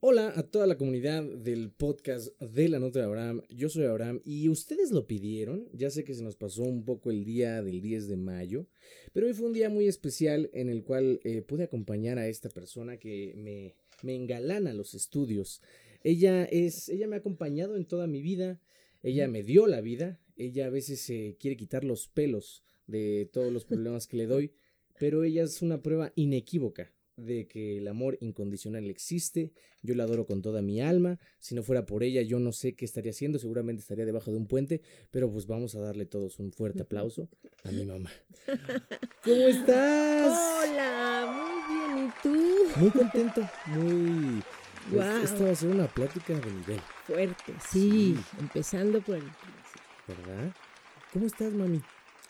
Hola a toda la comunidad del podcast de La Nota de Abraham. Yo soy Abraham y ustedes lo pidieron. Ya sé que se nos pasó un poco el día del 10 de mayo, pero hoy fue un día muy especial en el cual pude acompañar a esta persona que me engalana los estudios. Ella me ha acompañado en toda mi vida. Ella me dio la vida. Ella a veces quiere quitar los pelos de todos los problemas que le doy, pero ella es una prueba inequívoca de que el amor incondicional existe. Yo la adoro con toda mi alma. Si no fuera por ella, yo no sé qué estaría haciendo. Seguramente estaría debajo de un puente. Pero pues vamos a darle todos un fuerte aplauso a mi mamá. ¿Cómo estás? Hola, muy bien, ¿y tú? Muy contento, muy... Wow, Esta va a ser una plática de nivel, fuerte, sí, Sí. empezando por el principio. ¿verdad? ¿Cómo estás, mami?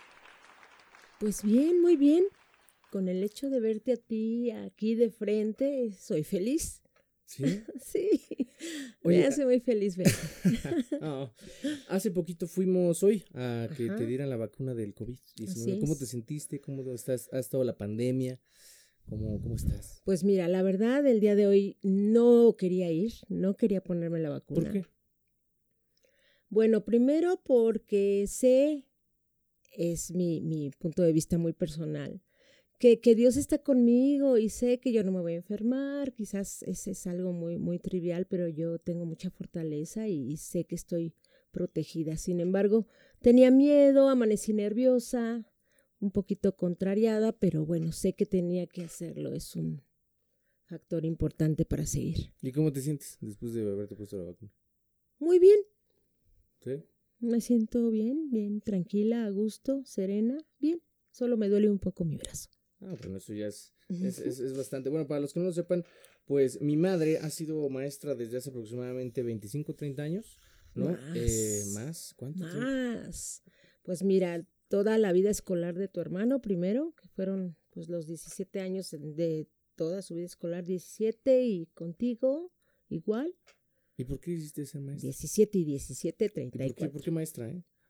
Pues bien, muy bien. Con el hecho de verte a ti aquí de frente, soy feliz. ¿Sí? Sí, me Oye, hace muy feliz verte. oh, hace poquito fuimos hoy a que te Ajá, dieran la vacuna del así COVID-19. ¿Cómo te es. sentiste? ¿Cómo estás? ¿Ha estado la pandemia? ¿Cómo estás? Pues mira, la verdad, el día de hoy no quería ir, no quería ponerme la ¿Por vacuna. qué? Bueno, primero porque es mi punto de vista muy personal, que Dios está conmigo y sé que yo no me voy a enfermar. Quizás ese es algo muy, muy trivial, pero yo tengo mucha fortaleza y sé que estoy protegida. Sin embargo, tenía miedo, amanecí nerviosa, un poquito contrariada, pero bueno, sé que tenía que hacerlo. Es un factor importante para seguir. ¿Y cómo te sientes después de haberte puesto la vacuna? Muy bien, ¿Sí? me siento bien, bien, tranquila, a gusto, serena, bien. Solo me duele un poco mi brazo. Bueno, eso ya es bastante. Bueno, para los que no lo sepan, pues mi madre ha sido maestra desde hace aproximadamente 25, 30 años, ¿no? Más, ¿Más? ¿Cuánto tiempo? más. Pues mira, toda la vida escolar de tu hermano primero, que fueron pues los 17 años de toda su vida escolar, 17, y contigo igual, ¿Y por qué hiciste ser maestra? 17 y 17, ¿Y treinta y por qué cuatro. maestra,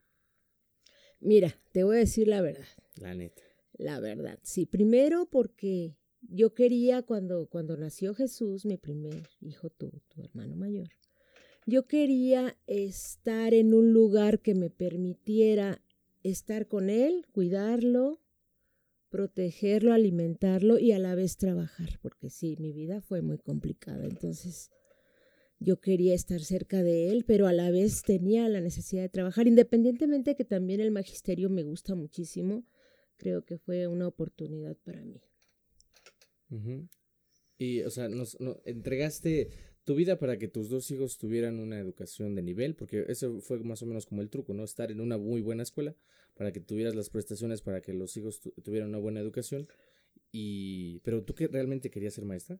Mira, te voy a decir La neta. la verdad. Sí, primero porque yo quería cuando nació Jesús, mi primer hijo, tu hermano mayor. Yo quería estar en un lugar que me permitiera estar con él, cuidarlo, protegerlo, alimentarlo y a la vez trabajar, porque sí, mi vida fue muy complicada. Entonces, yo quería estar cerca de él, pero a la vez tenía la necesidad de trabajar, independientemente de que también el magisterio me gusta muchísimo. Creo que fue una oportunidad para mí. Ujú. Y, o sea, entregaste tu vida para que tus dos hijos tuvieran una educación de nivel, porque eso fue más o menos como el truco, ¿no? Estar en una muy buena escuela para que tuvieras las prestaciones para que los hijos tuvieran una buena educación. Pero tú que realmente querías ser maestra.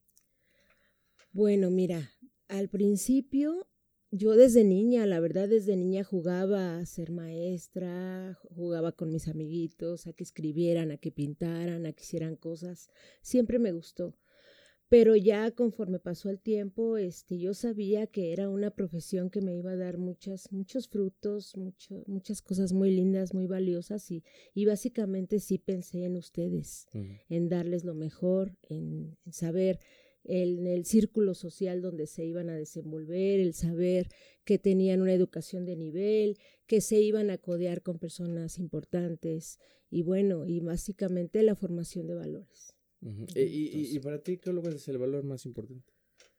Bueno, mira, al principio yo desde niña, la verdad desde niña jugaba a ser maestra, jugaba con mis amiguitos, a que escribieran, a que pintaran, a que hicieran cosas. Siempre me gustó. Pero ya conforme pasó el tiempo, yo sabía que era una profesión que me iba a dar muchos frutos, muchas cosas muy lindas, muy valiosas y básicamente sí pensé en ustedes, Ujú. en darles lo mejor, en saber el círculo social donde se iban a desenvolver, el saber que tenían una educación de nivel, que se iban a codear con personas importantes y bueno, y básicamente la formación de valores. Ujú. Y Entonces, para ti, ¿qué es el valor más importante?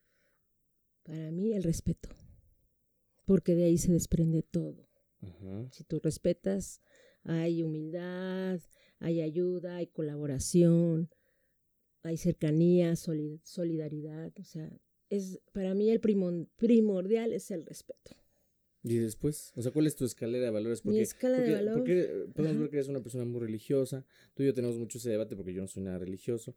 para mí el respeto, porque de ahí se desprende todo. Ajá. Si tú respetas, hay humildad, hay ayuda, hay colaboración, hay cercanía, solidaridad. O sea, para mí el primordial es el respeto. Y después, o sea, ¿cuál es tu escalera de valores? Mi escala de valor, Porque podemos ajá, ver que eres una persona muy religiosa. Tú y yo tenemos mucho ese debate porque yo no soy nada religioso.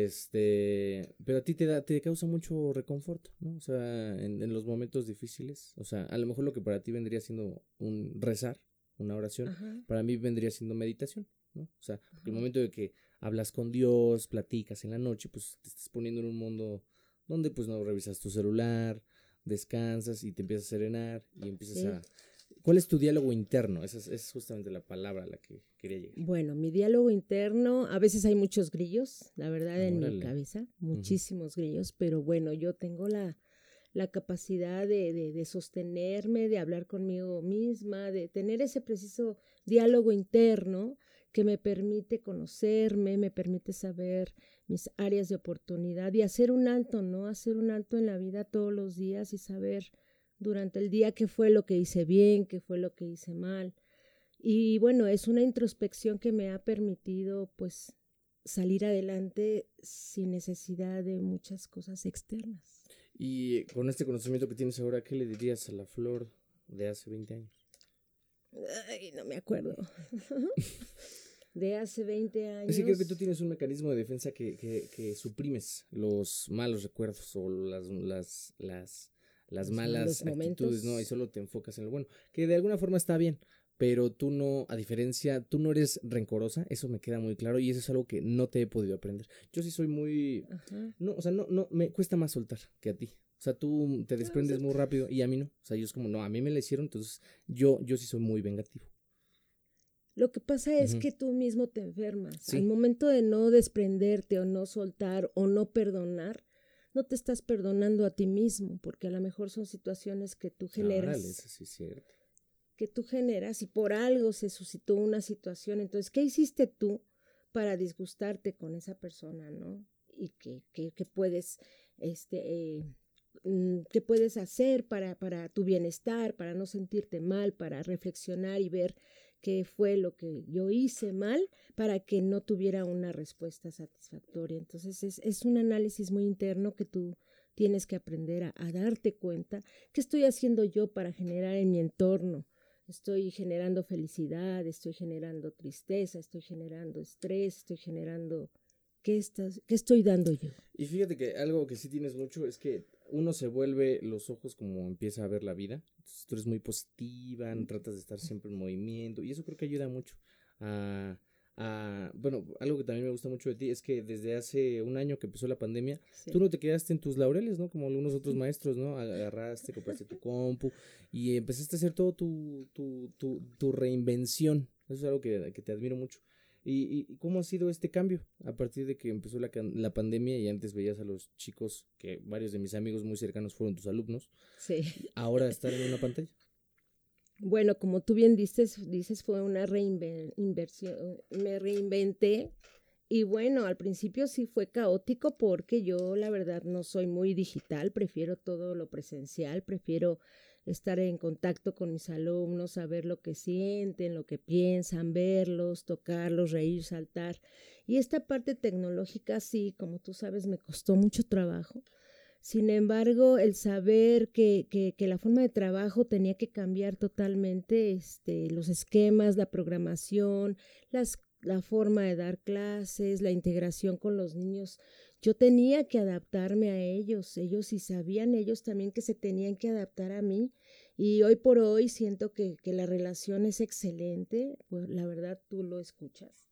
Pero a ti te causa mucho reconforto, ¿no? O sea, en los momentos difíciles. O sea, a lo mejor lo que para ti vendría siendo un rezar, una oración, ajá, para mí vendría siendo meditación, ¿no? O sea, porque el ajá. momento de que hablas con Dios, platicas en la noche, pues te estás poniendo en un mundo donde pues no revisas tu celular, descansas y te empiezas a serenar y empiezas Sí, a... ¿Cuál es tu diálogo interno? Esa es justamente la palabra a la que quería llegar. Bueno, mi diálogo interno, a veces hay muchos grillos, la verdad, en mi Órale. cabeza, muchísimos grillos, pero bueno, yo tengo la capacidad de sostenerme, de hablar conmigo misma, de tener ese preciso diálogo interno que me permite conocerme, me permite saber mis áreas de oportunidad y hacer un alto, ¿no? Hacer un alto en la vida todos los días y saber durante el día qué fue lo que hice bien, qué fue lo que hice mal. Y bueno, es una introspección que me ha permitido pues salir adelante sin necesidad de muchas cosas externas. Y con este conocimiento que tienes ahora, ¿qué le dirías a la Flor de hace 20 años? Ay, no me acuerdo. De hace 20 años. Es que creo que tú tienes un mecanismo de defensa que suprimes los malos recuerdos o las Los malas malos actitudes, momentos. ¿no? Y solo te enfocas en lo bueno, que de alguna forma está bien, pero tú no, a diferencia, tú no eres rencorosa, eso me queda muy claro y eso es algo que no te he podido aprender. Yo sí soy muy, Ajá. no, o sea, no, me cuesta más soltar que a ti. O sea, tú te desprendes muy rápido y a mí no. O sea, yo es como, no, a mí me la hicieron, entonces yo sí soy muy vengativo. Lo que pasa es Ujú. que tú mismo te enfermas. Al Sí, momento de no desprenderte o no soltar o no perdonar, no te estás perdonando a ti mismo, porque a lo mejor son situaciones que tú órale, generas, eso sí es cierto. y por algo se suscitó una situación. Entonces, ¿qué hiciste tú para disgustarte con esa persona, no? Y que puedes, qué puedes hacer para tu bienestar, para no sentirte mal, para reflexionar y ver qué fue lo que yo hice mal para que no tuviera una respuesta satisfactoria. Entonces es un análisis muy interno que tú tienes que aprender a darte cuenta qué estoy haciendo yo para generar en mi entorno. Estoy generando felicidad, estoy generando tristeza, estoy generando estrés, estoy generando... qué estoy dando yo? Y fíjate que algo que sí tienes mucho es que uno se vuelve los ojos como empieza a ver la vida. Entonces, tú eres muy positiva, tratas de estar siempre en movimiento y eso creo que ayuda mucho bueno, algo que también me gusta mucho de ti es que desde hace un año que empezó la pandemia, tú Sí. no te quedaste en tus laureles, ¿no? Como algunos otros maestros, ¿no? Agarraste, compraste tu compu y empezaste a hacer todo tu reinvención. Eso es algo que te admiro mucho. ¿Y cómo ha sido este cambio a partir de que empezó la pandemia y antes veías a los chicos, que varios de mis amigos muy cercanos fueron tus alumnos, Sí. ahora estar en una pantalla? Bueno, como tú bien dices fue una inversión, me reinventé y bueno, al principio sí fue caótico porque yo la verdad no soy muy digital, prefiero todo lo presencial, prefiero estar en contacto con mis alumnos, saber lo que sienten, lo que piensan, verlos, tocarlos, reír, saltar. Y esta parte tecnológica sí, como tú sabes, me costó mucho trabajo. Sin embargo, el saber que la forma de trabajo tenía que cambiar totalmente, los esquemas, la programación, la forma de dar clases, la integración con los niños, yo tenía que adaptarme a ellos sí sabían ellos también que se tenían que adaptar a mí y hoy por hoy siento que la relación es excelente, pues la verdad tú lo escuchas.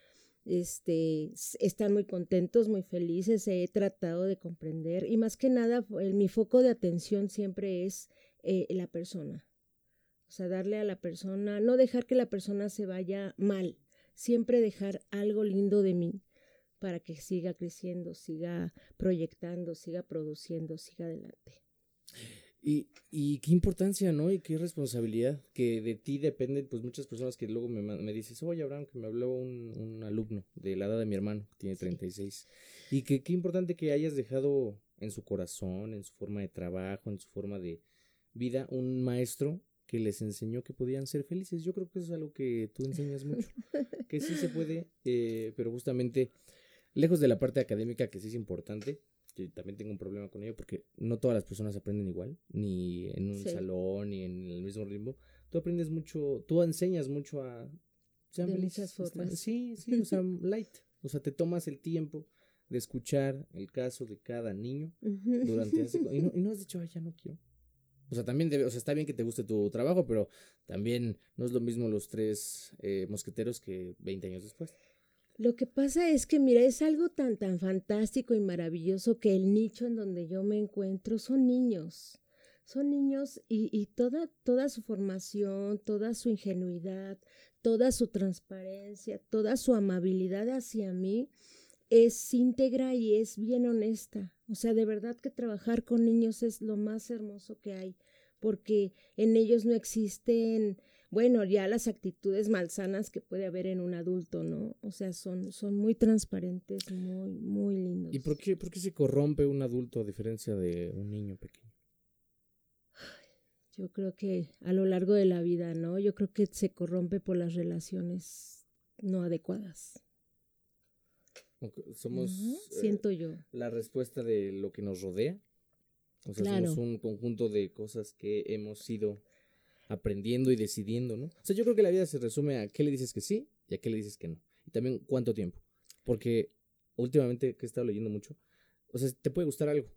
Están muy contentos, muy felices, he tratado de comprender y más que nada mi foco de atención siempre es la persona, o sea, darle a la persona, no dejar que la persona se vaya mal, siempre dejar algo lindo de mí para que siga creciendo, siga proyectando, siga produciendo, siga adelante. Y qué importancia, ¿no? Y qué responsabilidad, que de ti dependen pues muchas personas que luego me dices, oye Abraham, que me habló un alumno de la edad de mi hermano, que tiene 36, y que qué importante que hayas dejado en su corazón, en su forma de trabajo, en su forma de vida, un maestro que les enseñó que podían ser felices. Yo creo que eso es algo que tú enseñas mucho, que sí se puede, pero justamente lejos de la parte académica, que sí es importante, que también tengo un problema con ello, porque no todas las personas aprenden igual, ni en un Sí, salón, ni en el mismo ritmo. Tú aprendes mucho, tú enseñas mucho a sean de muchas felices. formas. Sí, sí, o sea, light. O sea, te tomas el tiempo de escuchar el caso de cada niño durante y no has dicho, ay, ya no quiero. O sea, también o sea, está bien que te guste tu trabajo, pero también no es lo mismo los tres mosqueteros que 20 años después. Lo que pasa es que, mira, es algo tan fantástico y maravilloso que el nicho en donde yo me encuentro son niños. Son niños y toda su formación, toda su ingenuidad, toda su transparencia, toda su amabilidad hacia mí es íntegra y es bien honesta. O sea, de verdad que trabajar con niños es lo más hermoso que hay, porque en ellos no existen, bueno, ya las actitudes malsanas que puede haber en un adulto, ¿no? O sea, son muy transparentes, muy lindos. ¿Y por qué se corrompe un adulto a diferencia de un niño pequeño? Yo creo que a lo largo de la vida, ¿no? Yo creo que se corrompe por las relaciones no adecuadas. Somos siento yo la respuesta de lo que nos rodea. O sea, claro. somos un conjunto de cosas que hemos ido aprendiendo y decidiendo, ¿no? O sea, yo creo que la vida se resume a qué le dices que sí y a qué le dices que no. Y también cuánto tiempo. Porque últimamente que he estado leyendo mucho, o sea, te puede gustar algo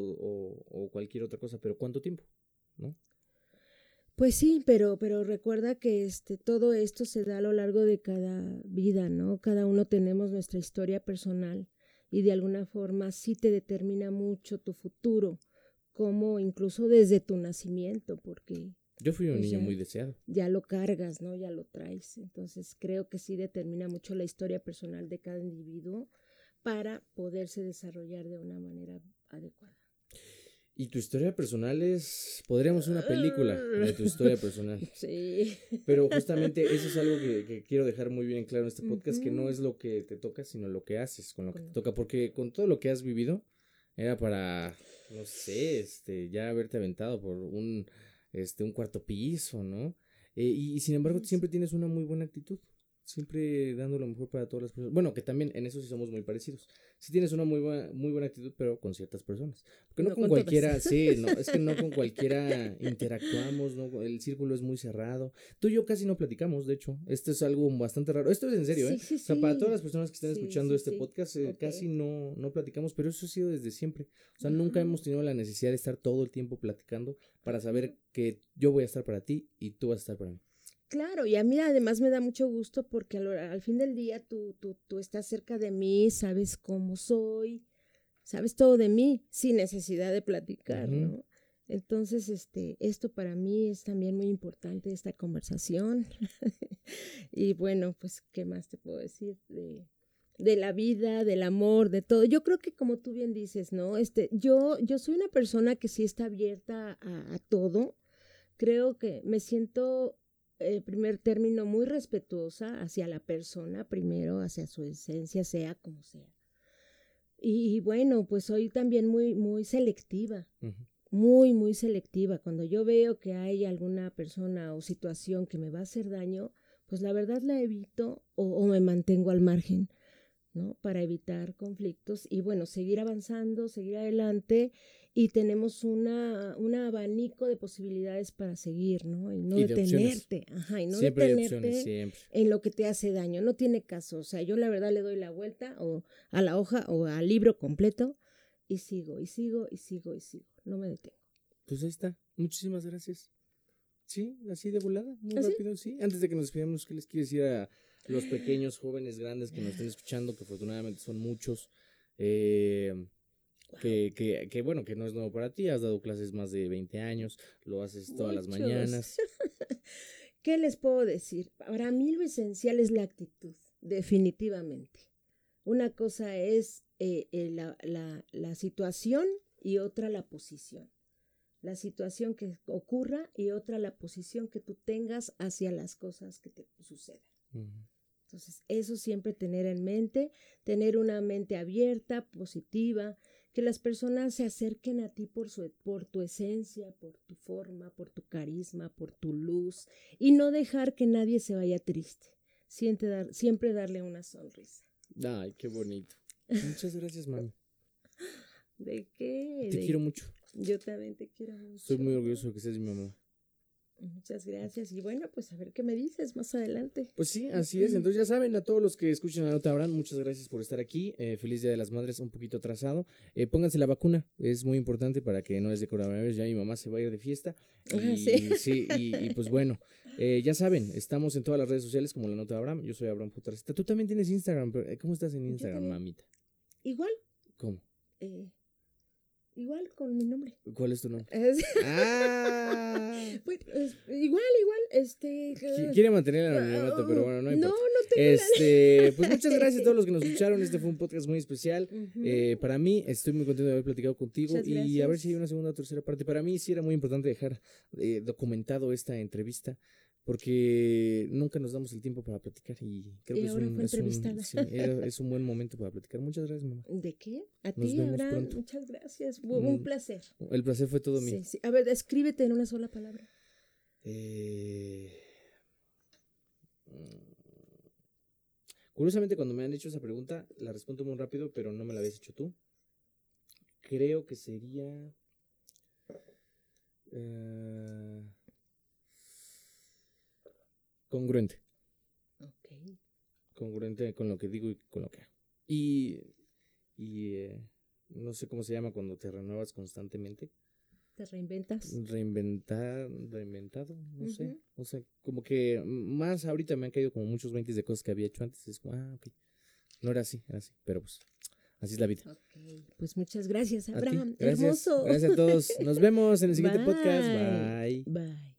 o cualquier otra cosa, pero ¿cuánto tiempo? ¿No? Pues sí, pero recuerda que todo esto se da a lo largo de cada vida, ¿no? Cada uno tenemos nuestra historia personal y de alguna forma sí te determina mucho tu futuro, como incluso desde tu nacimiento, porque yo fui un niño muy deseado. Ya lo cargas, ¿no? Ya lo traes. Entonces creo que sí determina mucho la historia personal de cada individuo para poderse desarrollar de una manera adecuada. Y tu historia personal podríamos hacer una película de tu historia personal. Sí. Pero justamente eso es algo que quiero dejar muy bien claro en este podcast, que no es lo que te toca, sino lo que haces con lo que te toca. Porque con todo lo que has vivido, era para, no sé, ya haberte aventado por un cuarto piso, ¿no? Y sin embargo, siempre tienes una muy buena actitud. Siempre dando lo mejor para todas las personas. Bueno, que también en eso sí somos muy parecidos. Sí tienes una muy buena actitud, pero con ciertas personas. Porque no con cualquiera, todas. Sí, no, es que no con cualquiera interactuamos, ¿no? El círculo es muy cerrado. Tú y yo casi no platicamos, de hecho. Esto es algo bastante raro. Esto es en serio, ¿eh? Sí, o sea, para todas las personas que están escuchando este podcast, casi no platicamos, pero eso ha sido desde siempre. O sea, nunca hemos tenido la necesidad de estar todo el tiempo platicando para saber que yo voy a estar para ti y tú vas a estar para mí. Claro, y a mí además me da mucho gusto porque al fin del día tú estás cerca de mí, sabes cómo soy, sabes todo de mí, sin necesidad de platicar, ¿no? Entonces, esto para mí es también muy importante, esta conversación. Y bueno, pues, ¿qué más te puedo decir de la vida, del amor, de todo? Yo creo que como tú bien dices, ¿no? Yo soy una persona que sí está abierta a todo. Creo que me siento primer término, muy respetuosa hacia la persona, primero, hacia su esencia, sea como sea. Y bueno, pues soy también muy selectiva, muy selectiva. Cuando yo veo que hay alguna persona o situación que me va a hacer daño, pues la verdad la evito o me mantengo al margen, ¿no? Para evitar conflictos y bueno, seguir avanzando, seguir adelante y tenemos un abanico de posibilidades para seguir, ¿no? Y no detenerte, y no siempre detenerte en lo que te hace daño, no tiene caso, o sea, yo la verdad le doy la vuelta o a la hoja o al libro completo y sigo, no me detengo. Pues ahí está, muchísimas gracias. Sí, así de volada, muy rápido, sí. Antes de que nos despidamos, ¿qué les quiero decir a los pequeños, jóvenes, grandes que nos estén escuchando, que afortunadamente son muchos? Que bueno, que no es nuevo para ti, has dado clases más de 20 años, lo haces todas las mañanas. ¿Qué les puedo decir? Para mí lo esencial es la actitud, definitivamente. Una cosa es la situación y otra la posición. La situación que ocurra y otra la posición que tú tengas hacia las cosas que te sucedan. Entonces, eso siempre tener en mente, tener una mente abierta, positiva, que las personas se acerquen a ti por tu esencia, por tu forma, por tu carisma, por tu luz y no dejar que nadie se vaya triste. Siempre darle una sonrisa. Ay, qué bonito. Muchas gracias, mami. ¿De qué? Te quiero mucho. Yo también te quiero mucho. Estoy muy orgulloso de que seas mi mamá. Muchas gracias. Y bueno, pues a ver qué me dices más adelante. Pues sí, así es. Entonces ya saben, a todos los que escuchen la nota Abraham, muchas gracias por estar aquí. Feliz Día de las Madres, un poquito atrasado. Pónganse la vacuna, es muy importante para que no les dé coronavirus. Ya mi mamá se va a ir de fiesta. Y pues bueno, ya saben, estamos en todas las redes sociales como la nota Abraham. Yo soy Abraham Putarcita. Tú también tienes Instagram, pero ¿cómo estás en Instagram, mamita? Igual. ¿Cómo? igual con mi nombre. ¿Cuál es tu nombre? Pues, igual, Quiere mantener el anonimato, pero bueno, no importa. No tengo Pues muchas gracias a todos los que nos escucharon. Este fue un podcast muy especial. Para mí, estoy muy contento de haber platicado contigo. Y a ver si hay una segunda o tercera parte. Para mí sí era muy importante dejar documentado esta entrevista, porque nunca nos damos el tiempo para platicar y creo que es un buen momento para platicar. Muchas gracias, mamá. ¿De qué? A Nos ti, vemos Abraham. pronto. Muchas gracias. Un placer. El placer fue todo mío. Sí. A ver, escríbete en una sola palabra. Curiosamente, cuando me han hecho esa pregunta, la respondo muy rápido, pero no me la habías hecho tú. Creo que sería... congruente. Ok. Congruente con lo que digo y con lo que hago. Y no sé cómo se llama cuando te renuevas constantemente. ¿Te reinventas? Reinventado, no sé. O sea, como que más ahorita me han caído como muchos 20 de cosas que había hecho antes. Es como, ok. No era así, pero pues así es la vida. Ok, pues muchas gracias, A ti, Abraham. gracias, Hermoso. Gracias a todos. Nos vemos en el siguiente Bye. podcast. Bye. Bye.